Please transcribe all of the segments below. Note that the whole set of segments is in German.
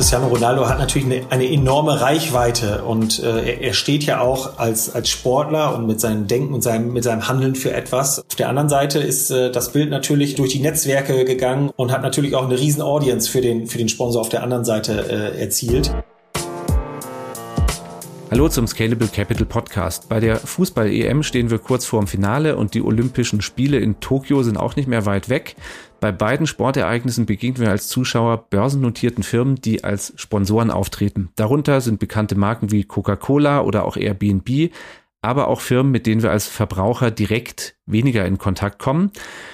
Cristiano Ronaldo hat natürlich eine enorme Reichweite und er steht ja auch als Sportler und mit seinem Denken und mit seinem Handeln für etwas. Auf der anderen Seite ist das Bild natürlich durch die Netzwerke gegangen und hat natürlich auch eine riesen Audience für den Sponsor auf der anderen Seite erzielt. Hallo zum Scalable Capital Podcast. Bei der Fußball-EM stehen wir kurz vorm Finale und die Olympischen Spiele in Tokio sind auch nicht mehr weit weg. Bei beiden Sportereignissen begegnen wir als Zuschauer börsennotierten Firmen, die als Sponsoren auftreten. Darunter sind bekannte Marken wie Coca-Cola oder auch Airbnb, aber auch Firmen, mit denen wir als Verbraucher direkt weniger in Kontakt kommen.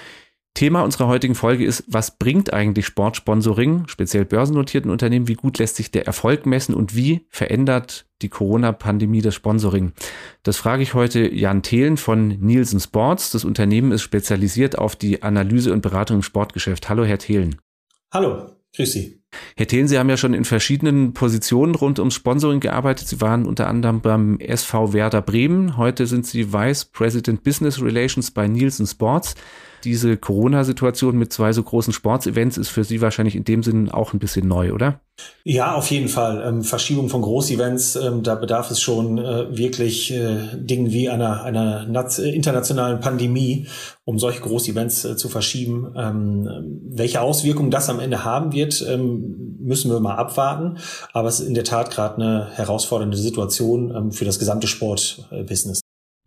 Thema unserer heutigen Folge ist, was bringt eigentlich Sportsponsoring, speziell börsennotierten Unternehmen, wie gut lässt sich der Erfolg messen und wie verändert die Corona-Pandemie das Sponsoring? Das frage ich heute Jan Thelen von Nielsen Sports. Das Unternehmen ist spezialisiert auf die Analyse und Beratung im Sportgeschäft. Hallo, Herr Thelen. Hallo, grüß Sie. Herr Thelen, Sie haben ja schon in verschiedenen Positionen rund ums Sponsoring gearbeitet. Sie waren unter anderem beim SV Werder Bremen. Heute sind Sie Vice President Business Relations bei Nielsen Sports. Diese Corona-Situation mit zwei so großen Sportsevents ist für Sie wahrscheinlich in dem Sinn auch ein bisschen neu, oder? Ja, auf jeden Fall. Verschiebung von Großevents, da bedarf es schon wirklich Dingen wie einer internationalen Pandemie, um solche Großevents zu verschieben. Welche Auswirkungen das am Ende haben wird, müssen wir mal abwarten. Aber es ist in der Tat gerade eine herausfordernde Situation für das gesamte Sportbusiness.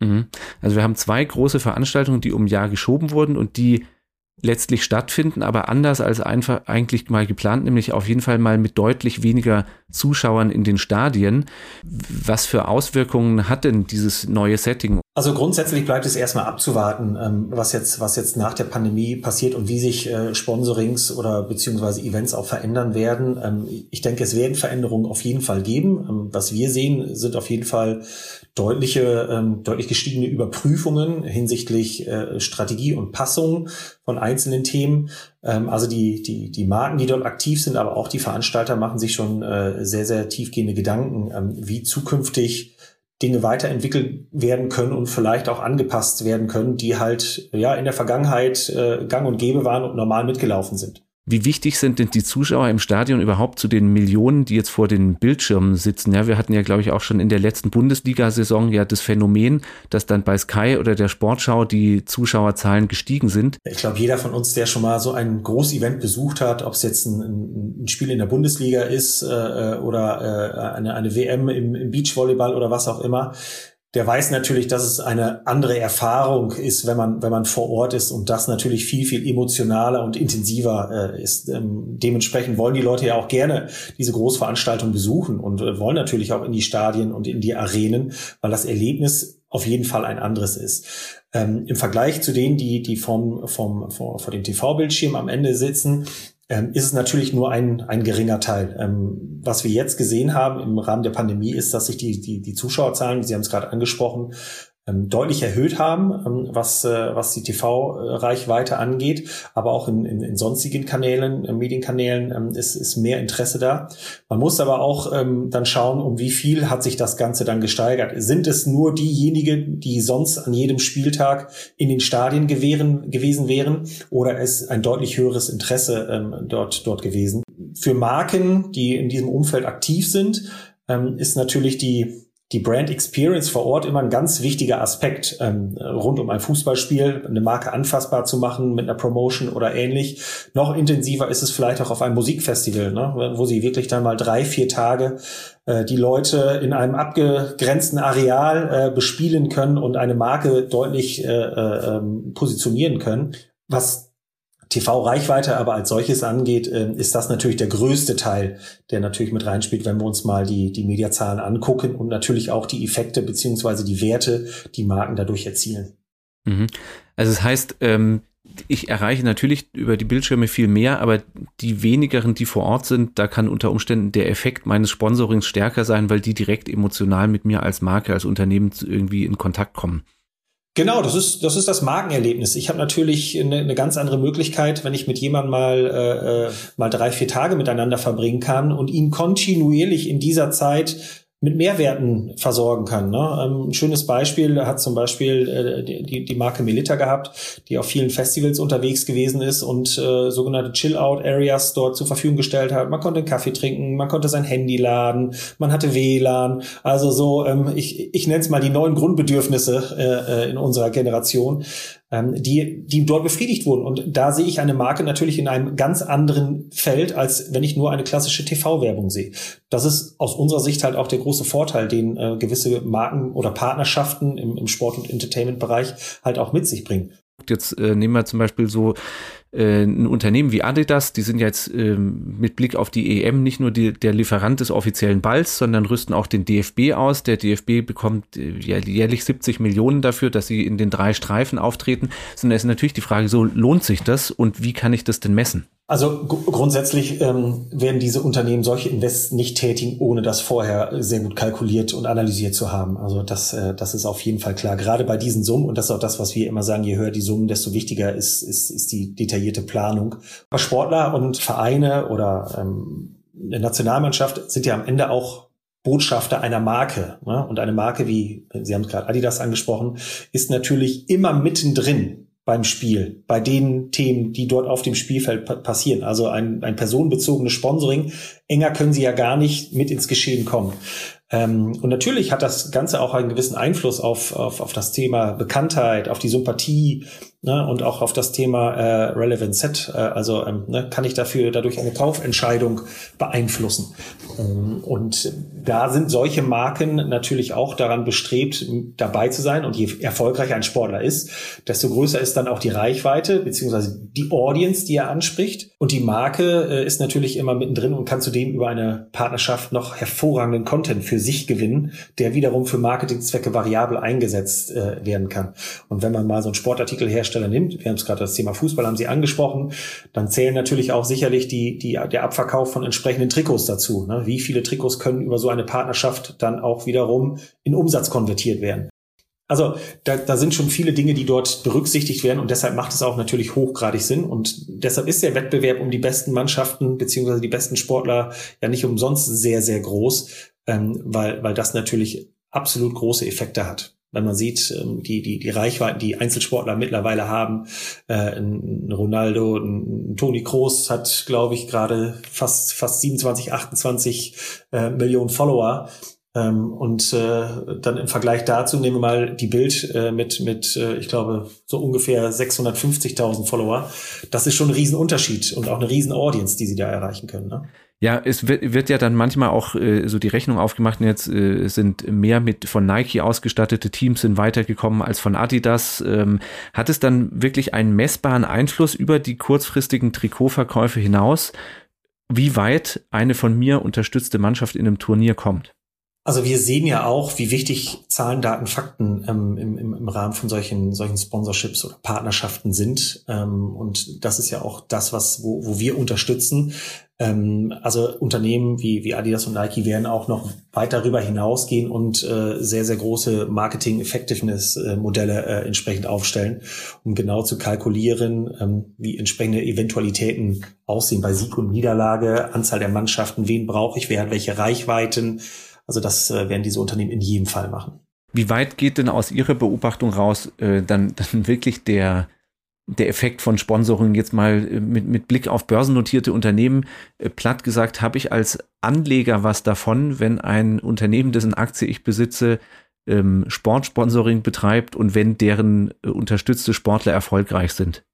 Also wir haben zwei große Veranstaltungen, die um ein Jahr geschoben wurden und die letztlich stattfinden, aber anders als einfach eigentlich mal geplant, nämlich auf jeden Fall mal mit deutlich weniger Zuschauern in den Stadien. Was für Auswirkungen hat denn dieses neue Setting? Also grundsätzlich bleibt es erstmal abzuwarten, was jetzt nach der Pandemie passiert und wie sich Sponsorings oder beziehungsweise Events auch verändern werden. Ich denke, es werden Veränderungen auf jeden Fall geben. Was wir sehen, sind auf jeden Fall deutlich gestiegene Überprüfungen hinsichtlich Strategie und Passung von einzelnen Themen. Also die Marken, die dort aktiv sind, aber auch die Veranstalter machen sich schon sehr, sehr tiefgehende Gedanken, wie zukünftig Dinge weiterentwickelt werden können und vielleicht auch angepasst werden können, die halt ja in der Vergangenheit gang und gäbe waren und normal mitgelaufen sind. Wie wichtig sind denn die Zuschauer im Stadion überhaupt zu den Millionen, die jetzt vor den Bildschirmen sitzen? Ja, wir hatten ja, glaube ich, auch schon in der letzten Bundesliga-Saison ja das Phänomen, dass dann bei Sky oder der Sportschau die Zuschauerzahlen gestiegen sind. Ich glaube, jeder von uns, der schon mal so ein Großevent besucht hat, ob es jetzt ein Spiel in der Bundesliga ist oder eine WM im Beachvolleyball oder was auch immer, der weiß natürlich, dass es eine andere Erfahrung ist, wenn man vor Ort ist und das natürlich viel, viel emotionaler und intensiver ist. Dementsprechend wollen die Leute ja auch gerne diese Großveranstaltung besuchen und wollen natürlich auch in die Stadien und in die Arenen, weil das Erlebnis auf jeden Fall ein anderes ist. Im Vergleich zu denen, die vor dem TV-Bildschirm am Ende sitzen, ist es natürlich nur ein geringer Teil. Was wir jetzt gesehen haben im Rahmen der Pandemie ist, dass sich die Zuschauerzahlen, Sie haben es gerade angesprochen, deutlich erhöht haben, was die TV-Reichweite angeht, aber auch in sonstigen Kanälen, Medienkanälen ist mehr Interesse da. Man muss aber auch dann schauen, um wie viel hat sich das Ganze dann gesteigert. Sind es nur diejenigen, die sonst an jedem Spieltag in den Stadien gewesen wären, oder ist ein deutlich höheres Interesse dort gewesen? Für Marken, die in diesem Umfeld aktiv sind, ist natürlich die Brand Experience vor Ort immer ein ganz wichtiger Aspekt, rund um ein Fußballspiel, eine Marke anfassbar zu machen mit einer Promotion oder ähnlich. Noch intensiver ist es vielleicht auch auf einem Musikfestival, ne, wo Sie wirklich dann mal 3-4 Tage die Leute in einem abgegrenzten Areal bespielen können und eine Marke deutlich positionieren können. Was TV-Reichweite aber als solches angeht, ist das natürlich der größte Teil, der natürlich mit reinspielt, wenn wir uns mal die Mediazahlen angucken und natürlich auch die Effekte beziehungsweise die Werte, die Marken dadurch erzielen. Also das heißt, ich erreiche natürlich über die Bildschirme viel mehr, aber die wenigeren, die vor Ort sind, da kann unter Umständen der Effekt meines Sponsorings stärker sein, weil die direkt emotional mit mir als Marke, als Unternehmen irgendwie in Kontakt kommen. Genau, das ist das Markenerlebnis. Ich habe natürlich eine ganz andere Möglichkeit, wenn ich mit jemandem mal 3-4 Tage miteinander verbringen kann und ihn kontinuierlich in dieser Zeit mit Mehrwerten versorgen kann. Ne? Ein schönes Beispiel hat zum Beispiel die Marke Melitta gehabt, die auf vielen Festivals unterwegs gewesen ist und sogenannte Chill-Out-Areas dort zur Verfügung gestellt hat. Man konnte einen Kaffee trinken, man konnte sein Handy laden, man hatte WLAN. Also so, ich nenne es mal die neuen Grundbedürfnisse in unserer Generation, die dort befriedigt wurden. Und da sehe ich eine Marke natürlich in einem ganz anderen Feld, als wenn ich nur eine klassische TV-Werbung sehe. Das ist aus unserer Sicht halt auch der große Vorteil, den gewisse Marken oder Partnerschaften im Sport- und Entertainment-Bereich halt auch mit sich bringen. Jetzt nehmen wir zum Beispiel so ein Unternehmen wie Adidas, die sind jetzt mit Blick auf die EM nicht nur der Lieferant des offiziellen Balls, sondern rüsten auch den DFB aus. Der DFB bekommt jährlich 70 Millionen dafür, dass sie in den 3 Streifen auftreten. Sondern es ist natürlich die Frage, so lohnt sich das und wie kann ich das denn messen? Also grundsätzlich werden diese Unternehmen solche Invests nicht tätigen, ohne das vorher sehr gut kalkuliert und analysiert zu haben. Also das ist auf jeden Fall klar. Gerade bei diesen Summen, und das ist auch das, was wir immer sagen, je höher die Summen, desto wichtiger ist die detaillierte Planung. Aber Sportler und Vereine oder eine Nationalmannschaft sind ja am Ende auch Botschafter einer Marke. Ne? Und eine Marke, wie Sie haben es gerade Adidas angesprochen, ist natürlich immer mittendrin beim Spiel, bei den Themen, die dort auf dem Spielfeld passieren. Also ein personenbezogenes Sponsoring, enger können sie ja gar nicht mit ins Geschehen kommen. Und natürlich hat das Ganze auch einen gewissen Einfluss auf das Thema Bekanntheit, auf die Sympathie, ne, und auch auf das Thema Relevant Set. Also kann ich dadurch eine Kaufentscheidung beeinflussen. Und da sind solche Marken natürlich auch daran bestrebt, dabei zu sein. Und je erfolgreicher ein Sportler ist, desto größer ist dann auch die Reichweite beziehungsweise die Audience, die er anspricht. Und die Marke ist natürlich immer mittendrin und kann zudem über eine Partnerschaft noch hervorragenden Content für sich gewinnen, der wiederum für Marketingzwecke variabel eingesetzt werden kann. Und wenn man mal so einen Sportartikelhersteller nimmt, wir haben es gerade das Thema Fußball, haben Sie angesprochen, dann zählen natürlich auch sicherlich der Abverkauf von entsprechenden Trikots dazu. Ne? Wie viele Trikots können über so eine Partnerschaft dann auch wiederum in Umsatz konvertiert werden? Also da sind schon viele Dinge, die dort berücksichtigt werden und deshalb macht es auch natürlich hochgradig Sinn und deshalb ist der Wettbewerb um die besten Mannschaften beziehungsweise die besten Sportler ja nicht umsonst sehr, sehr groß, weil das natürlich absolut große Effekte hat. Wenn man sieht, die Reichweiten, die Einzelsportler mittlerweile haben, ein Ronaldo, ein Toni Kroos hat, glaube ich, gerade fast 27, 28 Millionen Follower. Und dann im Vergleich dazu nehmen wir mal die Bild mit ich glaube, so ungefähr 650.000 Follower. Das ist schon ein Riesenunterschied und auch eine Riesen-Audience, die sie da erreichen können. Ne? Ja, es wird ja dann manchmal auch so die Rechnung aufgemacht, und jetzt sind mehr mit von Nike ausgestattete Teams sind weitergekommen als von Adidas. Hat es dann wirklich einen messbaren Einfluss über die kurzfristigen Trikotverkäufe hinaus, wie weit eine von mir unterstützte Mannschaft in einem Turnier kommt? Also wir sehen ja auch, wie wichtig Zahlen, Daten, Fakten im Rahmen von solchen Sponsorships oder Partnerschaften sind. Und das ist ja auch das, wo wir unterstützen. Also Unternehmen wie Adidas und Nike werden auch noch weit darüber hinausgehen und sehr, sehr große Marketing-Effectiveness-Modelle entsprechend aufstellen, um genau zu kalkulieren, wie entsprechende Eventualitäten aussehen bei Sieg und Niederlage, Anzahl der Mannschaften, wen brauche ich, wer hat welche Reichweiten. Also das werden diese Unternehmen in jedem Fall machen. Wie weit geht denn aus Ihrer Beobachtung raus dann wirklich der Effekt von Sponsoring jetzt mal mit Blick auf börsennotierte Unternehmen? Platt gesagt, habe ich als Anleger was davon, wenn ein Unternehmen, dessen Aktie ich besitze, Sportsponsoring betreibt und wenn deren unterstützte Sportler erfolgreich sind?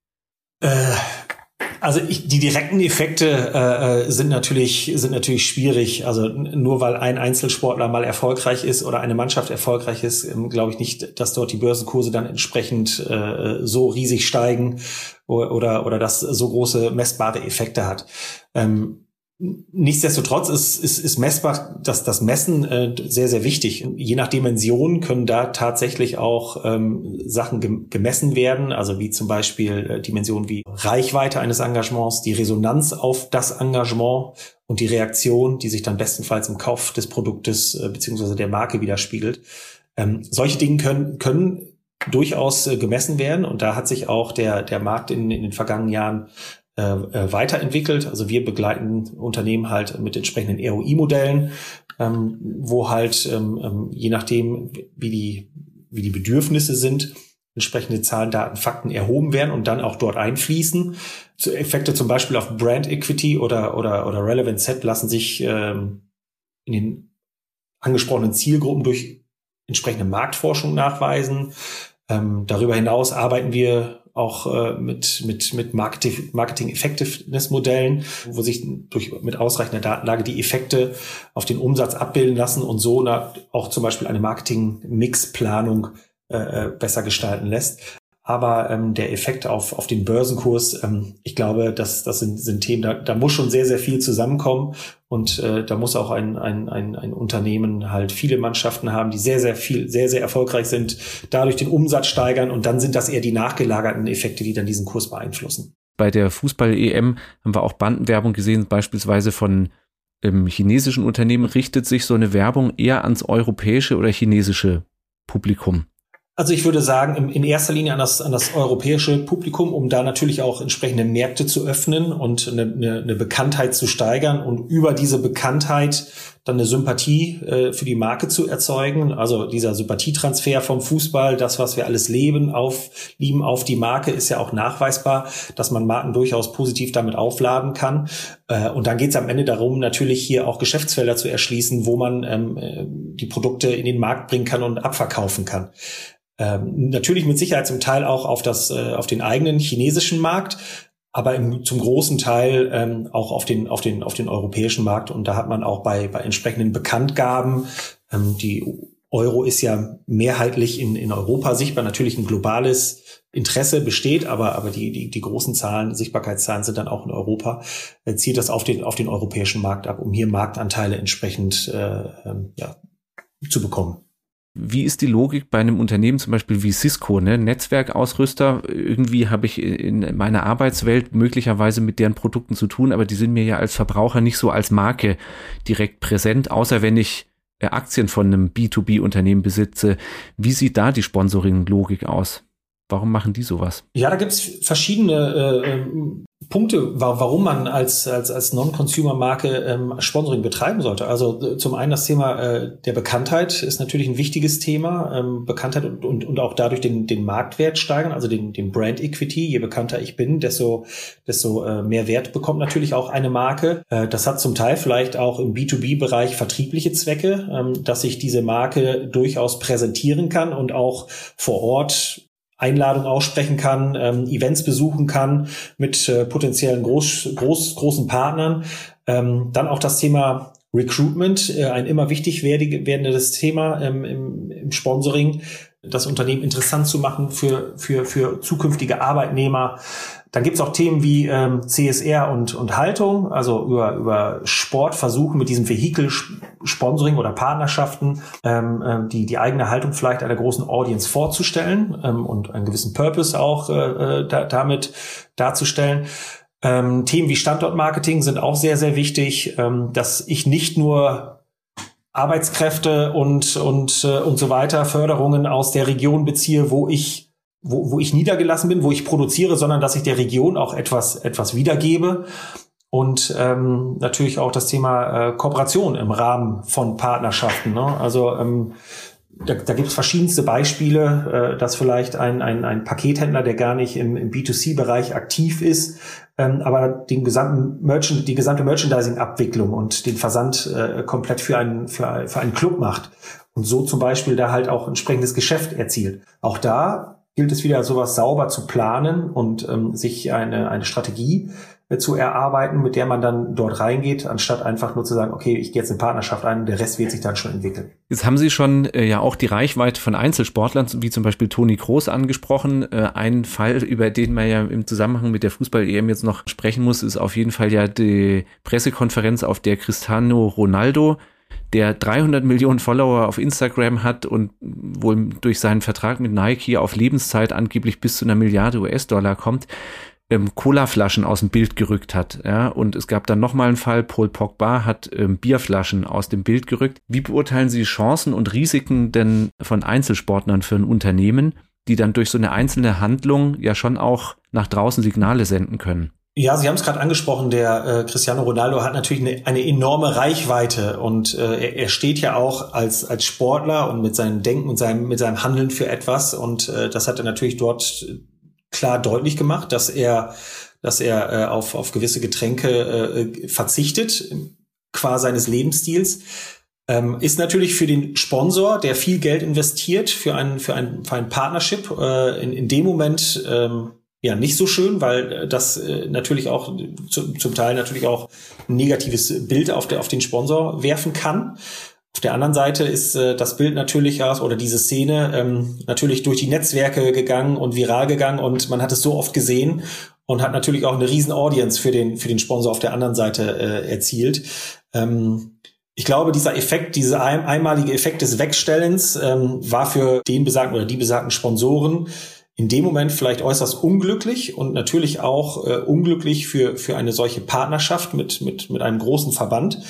Also die direkten Effekte sind natürlich schwierig. Also nur weil ein Einzelsportler mal erfolgreich ist oder eine Mannschaft erfolgreich ist, glaube ich nicht, dass dort die Börsenkurse dann entsprechend so riesig steigen oder dass so große messbare Effekte hat. Nichtsdestotrotz ist messbar, dass das Messen sehr, sehr wichtig. Je nach Dimension können da tatsächlich auch Sachen gemessen werden, also wie zum Beispiel Dimensionen wie Reichweite eines Engagements, die Resonanz auf das Engagement und die Reaktion, die sich dann bestenfalls im Kauf des Produktes beziehungsweise der Marke widerspiegelt. Solche Dinge können durchaus gemessen werden und da hat sich auch der Markt in den vergangenen Jahren weiterentwickelt. Also wir begleiten Unternehmen halt mit entsprechenden ROI-Modellen, wo halt je nachdem, wie die Bedürfnisse sind, entsprechende Zahlen, Daten, Fakten erhoben werden und dann auch dort einfließen. Effekte zum Beispiel auf Brand Equity oder Relevant Set lassen sich in den angesprochenen Zielgruppen durch entsprechende Marktforschung nachweisen. Darüber hinaus arbeiten wir auch mit Marketing-Effectiveness-Modellen, wo sich mit ausreichender Datenlage die Effekte auf den Umsatz abbilden lassen und so auch zum Beispiel eine Marketing-Mix-Planung besser gestalten lässt. Aber der Effekt auf den Börsenkurs, ich glaube, das sind Themen, da muss schon sehr, sehr viel zusammenkommen. Und da muss auch ein Unternehmen halt viele Mannschaften haben, die sehr, sehr viel, sehr, sehr erfolgreich sind, dadurch den Umsatz steigern. Und dann sind das eher die nachgelagerten Effekte, die dann diesen Kurs beeinflussen. Bei der Fußball-EM haben wir auch Bandenwerbung gesehen, beispielsweise von chinesischen Unternehmen. Richtet sich so eine Werbung eher ans europäische oder chinesische Publikum? Also ich würde sagen, in erster Linie an das europäische Publikum, um da natürlich auch entsprechende Märkte zu öffnen und eine Bekanntheit zu steigern und über diese Bekanntheit dann eine Sympathie für die Marke zu erzeugen. Also dieser Sympathietransfer vom Fußball, das, was wir alles lieben auf die Marke, ist ja auch nachweisbar, dass man Marken durchaus positiv damit aufladen kann. Und dann geht es am Ende darum, natürlich hier auch Geschäftsfelder zu erschließen, wo man die Produkte in den Markt bringen kann und abverkaufen kann. Natürlich mit Sicherheit zum Teil auch auf den eigenen chinesischen Markt, aber zum großen Teil auch auf den europäischen Markt. Und da hat man auch bei entsprechenden Bekanntgaben, die Euro ist ja mehrheitlich in Europa sichtbar, natürlich ein globales Interesse besteht, aber die großen Zahlen, Sichtbarkeitszahlen sind dann auch in Europa, zielt das auf den europäischen Markt ab, um hier Marktanteile entsprechend zu bekommen. Wie ist die Logik bei einem Unternehmen zum Beispiel wie Cisco, ne? Netzwerkausrüster? Irgendwie habe ich in meiner Arbeitswelt möglicherweise mit deren Produkten zu tun, aber die sind mir ja als Verbraucher nicht so als Marke direkt präsent, außer wenn ich Aktien von einem B2B-Unternehmen besitze. Wie sieht da die Sponsoring-Logik aus? Warum machen die sowas? Ja, da gibt's verschiedene Punkte, warum man als Non-Consumer-Marke Sponsoring betreiben sollte. Also zum einen das Thema der Bekanntheit ist natürlich ein wichtiges Thema. Bekanntheit und auch dadurch den Marktwert steigern, also den Brand Equity. Je bekannter ich bin, desto mehr Wert bekommt natürlich auch eine Marke. Das hat zum Teil vielleicht auch im B2B-Bereich vertriebliche Zwecke, dass ich diese Marke durchaus präsentieren kann und auch vor Ort Einladung aussprechen kann, Events besuchen kann mit potenziellen großen Partnern. Dann auch das Thema Recruitment, ein immer wichtig werdendes Thema im Sponsoring, das Unternehmen interessant zu machen für zukünftige Arbeitnehmer. Dann gibt's auch Themen wie CSR und Haltung, also über Sport versuchen mit diesem Vehikel-Sponsoring oder Partnerschaften die eigene Haltung vielleicht einer großen Audience vorzustellen und einen gewissen Purpose auch damit darzustellen. Themen wie Standortmarketing sind auch sehr, sehr wichtig, dass ich nicht nur Arbeitskräfte und so weiter, Förderungen aus der Region beziehe, wo ich niedergelassen bin, wo ich produziere, sondern dass ich der Region auch etwas wiedergebe. Und natürlich auch das Thema Kooperation im Rahmen von Partnerschaften, ne? Also da gibt es verschiedenste Beispiele, dass vielleicht ein Pakethändler, der gar nicht im B2C-Bereich aktiv ist, aber die gesamte Merchandising-Abwicklung und den Versand komplett für einen Club macht und so zum Beispiel da halt auch entsprechendes Geschäft erzielt. Auch da gilt es wieder, sowas sauber zu planen und sich eine Strategie zu erarbeiten, mit der man dann dort reingeht, anstatt einfach nur zu sagen, okay, ich gehe jetzt eine Partnerschaft ein, der Rest wird sich dann schon entwickeln. Jetzt haben Sie schon ja auch die Reichweite von Einzelsportlern, wie zum Beispiel Toni Kroos angesprochen. Ein Fall, über den man ja im Zusammenhang mit der Fußball-EM jetzt noch sprechen muss, ist auf jeden Fall ja die Pressekonferenz, auf der Cristiano Ronaldo, der 300 Millionen Follower auf Instagram hat und wohl durch seinen Vertrag mit Nike auf Lebenszeit angeblich bis zu 1 Milliarde US-Dollar kommt, Colaflaschen aus dem Bild gerückt hat. Ja? Und es gab dann nochmal einen Fall, Paul Pogba hat Bierflaschen aus dem Bild gerückt. Wie beurteilen Sie Chancen und Risiken denn von Einzelsportlern für ein Unternehmen, die dann durch so eine einzelne Handlung ja schon auch nach draußen Signale senden können? Ja, Sie haben es gerade angesprochen, der Cristiano Ronaldo hat natürlich eine enorme Reichweite und er steht ja auch als Sportler und mit seinem Denken und mit seinem Handeln für etwas und das hat er natürlich dort klar deutlich gemacht, dass er auf gewisse Getränke verzichtet, qua seines Lebensstils. Ist natürlich für den Sponsor, der viel Geld investiert für ein Partnership, in dem Moment ja nicht so schön, weil das natürlich auch zum Teil natürlich auch ein negatives Bild auf den Sponsor werfen kann. Auf der anderen Seite ist das Bild natürlich oder diese Szene natürlich durch die Netzwerke gegangen und viral gegangen und man hat es so oft gesehen und hat natürlich auch eine riesen Audience für den Sponsor auf der anderen Seite erzielt. Ich glaube, dieser Effekt, dieser einmalige Effekt des Wegstellens war für den besagten oder die besagten Sponsoren in dem Moment vielleicht äußerst unglücklich und natürlich auch unglücklich für eine solche Partnerschaft mit einem großen Verband.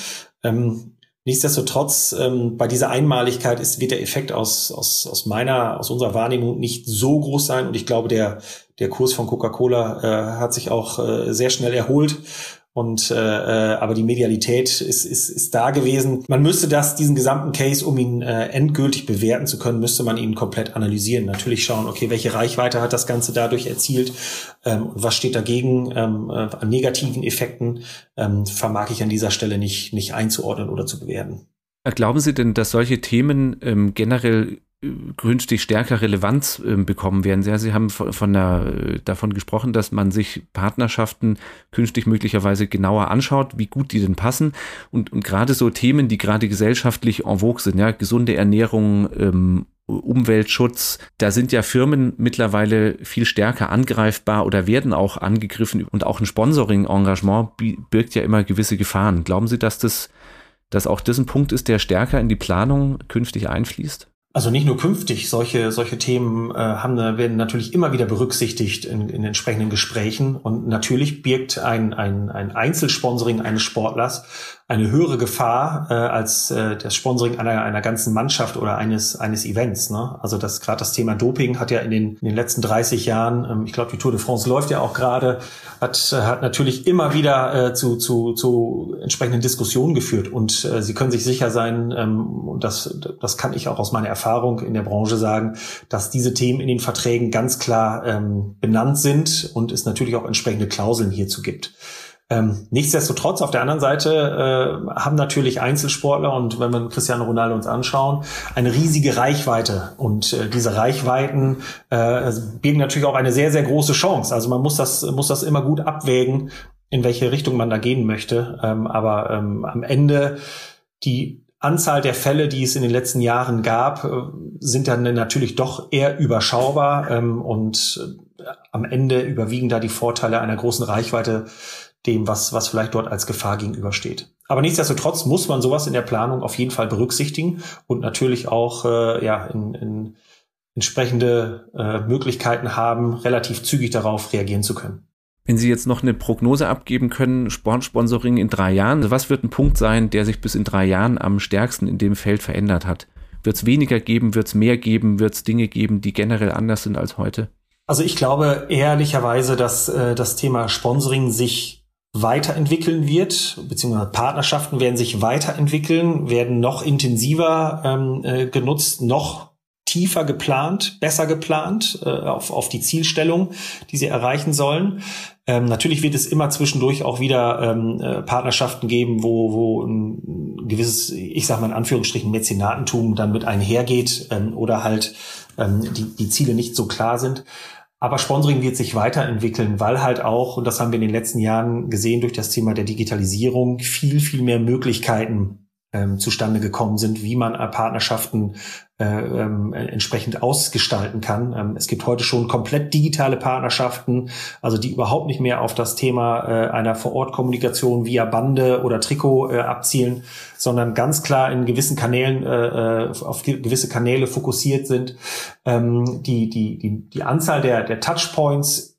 Nichtsdestotrotz, bei dieser Einmaligkeit wird der Effekt aus unserer Wahrnehmung nicht so groß sein und ich glaube, der Kurs von Coca-Cola hat sich auch sehr schnell erholt. Und aber die Medialität ist da gewesen. Man müsste diesen gesamten Case, um ihn endgültig bewerten zu können, müsste man ihn komplett analysieren. Natürlich schauen, okay, welche Reichweite hat das Ganze dadurch erzielt? Was steht dagegen an negativen Effekten? Vermag ich an dieser Stelle nicht einzuordnen oder zu bewerten. Glauben Sie denn, dass solche Themen generell künftig stärker Relevanz bekommen werden? Sie haben davon gesprochen, dass man sich Partnerschaften künftig möglicherweise genauer anschaut, wie gut die denn passen und gerade so Themen, die gerade gesellschaftlich en vogue sind, ja, gesunde Ernährung, Umweltschutz, da sind ja Firmen mittlerweile viel stärker angreifbar oder werden auch angegriffen und auch ein Sponsoring-Engagement birgt ja immer gewisse Gefahren. Glauben Sie, dass auch das ein Punkt ist, der stärker in die Planung künftig einfließt? Also nicht nur künftig, solche Themen werden natürlich immer wieder berücksichtigt in entsprechenden Gesprächen und natürlich birgt ein Einzelsponsoring eines Sportlers eine höhere Gefahr als das Sponsoring einer ganzen Mannschaft oder eines Events. Ne? Also gerade das Thema Doping hat ja in den letzten 30 Jahren, ich glaube die Tour de France läuft ja auch gerade, hat natürlich immer wieder zu entsprechenden Diskussionen geführt und Sie können sich sicher sein, und das kann ich auch aus meiner Erfahrung in der Branche sagen, dass diese Themen in den Verträgen ganz klar benannt sind und es natürlich auch entsprechende Klauseln hierzu gibt. Nichtsdestotrotz, auf der anderen Seite haben natürlich Einzelsportler und wenn wir Cristiano Ronaldo uns anschauen, eine riesige Reichweite und diese Reichweiten birgen natürlich auch eine sehr, sehr große Chance. Also man muss das immer gut abwägen, in welche Richtung man da gehen möchte. Aber am Ende die Anzahl der Fälle, die es in den letzten Jahren gab, sind dann natürlich doch eher überschaubar und am Ende überwiegen da die Vorteile einer großen Reichweite dem, was vielleicht dort als Gefahr gegenübersteht. Aber nichtsdestotrotz muss man sowas in der Planung auf jeden Fall berücksichtigen und natürlich auch in entsprechende Möglichkeiten haben, relativ zügig darauf reagieren zu können. Wenn Sie jetzt noch eine Prognose abgeben können, Sportsponsoring in 3 Jahren, also was wird ein Punkt sein, der sich bis in 3 Jahren am stärksten in dem Feld verändert hat? Wird es weniger geben, wird es mehr geben, wird es Dinge geben, die generell anders sind als heute? Also ich glaube ehrlicherweise, dass das Thema Sponsoring sich weiterentwickeln wird, beziehungsweise Partnerschaften werden sich weiterentwickeln, werden noch intensiver genutzt, noch tiefer geplant, besser geplant auf die Zielstellung, die sie erreichen sollen. Natürlich wird es immer zwischendurch auch wieder Partnerschaften geben, wo ein gewisses, ich sage mal in Anführungsstrichen, Mäzenatentum dann mit einhergeht oder halt die Ziele nicht so klar sind. Aber Sponsoring wird sich weiterentwickeln, weil halt auch, und das haben wir in den letzten Jahren gesehen, durch das Thema der Digitalisierung viel, viel mehr Möglichkeiten zustande gekommen sind, wie man Partnerschaften entsprechend ausgestalten kann. Es gibt heute schon komplett digitale Partnerschaften, also die überhaupt nicht mehr auf das Thema einer Vor-Ort-Kommunikation via Bande oder Trikot abzielen, sondern ganz klar in gewissen Kanälen auf gewisse Kanäle fokussiert sind. Die Anzahl der Touchpoints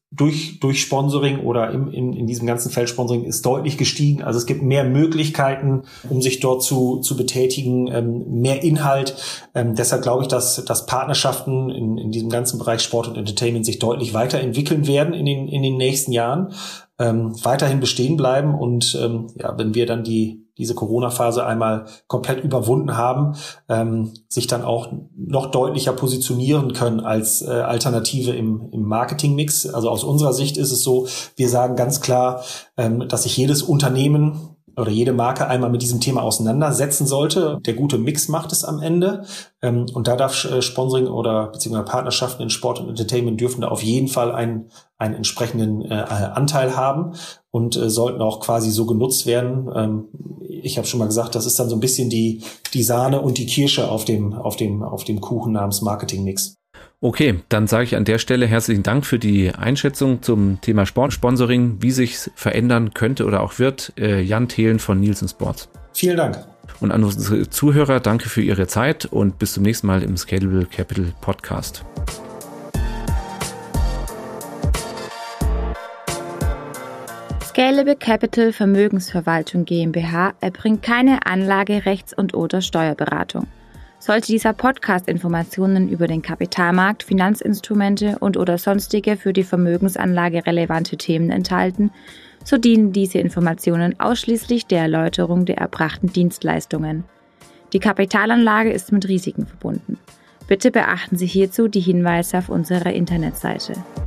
durch Sponsoring oder in diesem ganzen Feld Sponsoring ist deutlich gestiegen. Also es gibt mehr Möglichkeiten, um sich dort zu betätigen, mehr Inhalt. Deshalb glaube ich, dass Partnerschaften in diesem ganzen Bereich Sport und Entertainment sich deutlich weiterentwickeln werden in den nächsten Jahren, weiterhin bestehen bleiben. Und wenn wir dann diese Corona-Phase einmal komplett überwunden haben, sich dann auch noch deutlicher positionieren können als Alternative im Marketingmix. Also aus unserer Sicht ist es so, wir sagen ganz klar, dass sich jedes Unternehmen oder jede Marke einmal mit diesem Thema auseinandersetzen sollte. Der gute Mix macht es am Ende. Und da darf Sponsoring oder beziehungsweise Partnerschaften in Sport und Entertainment dürfen da auf jeden Fall einen entsprechenden Anteil haben und sollten auch quasi so genutzt werden. Ich habe schon mal gesagt, das ist dann so ein bisschen die Sahne und die Kirsche auf dem Kuchen namens Marketingmix. Okay, dann sage ich an der Stelle herzlichen Dank für die Einschätzung zum Thema Sportsponsoring, wie sich's verändern könnte oder auch wird. Jan Thelen von Nielsen Sports. Vielen Dank. Und an unsere Zuhörer, danke für Ihre Zeit und bis zum nächsten Mal im Scalable Capital Podcast. Scalable Capital Vermögensverwaltung GmbH erbringt keine Anlage-, Rechts- und/oder Steuerberatung. Sollte dieser Podcast Informationen über den Kapitalmarkt, Finanzinstrumente und/oder sonstige für die Vermögensanlage relevante Themen enthalten, so dienen diese Informationen ausschließlich der Erläuterung der erbrachten Dienstleistungen. Die Kapitalanlage ist mit Risiken verbunden. Bitte beachten Sie hierzu die Hinweise auf unserer Internetseite.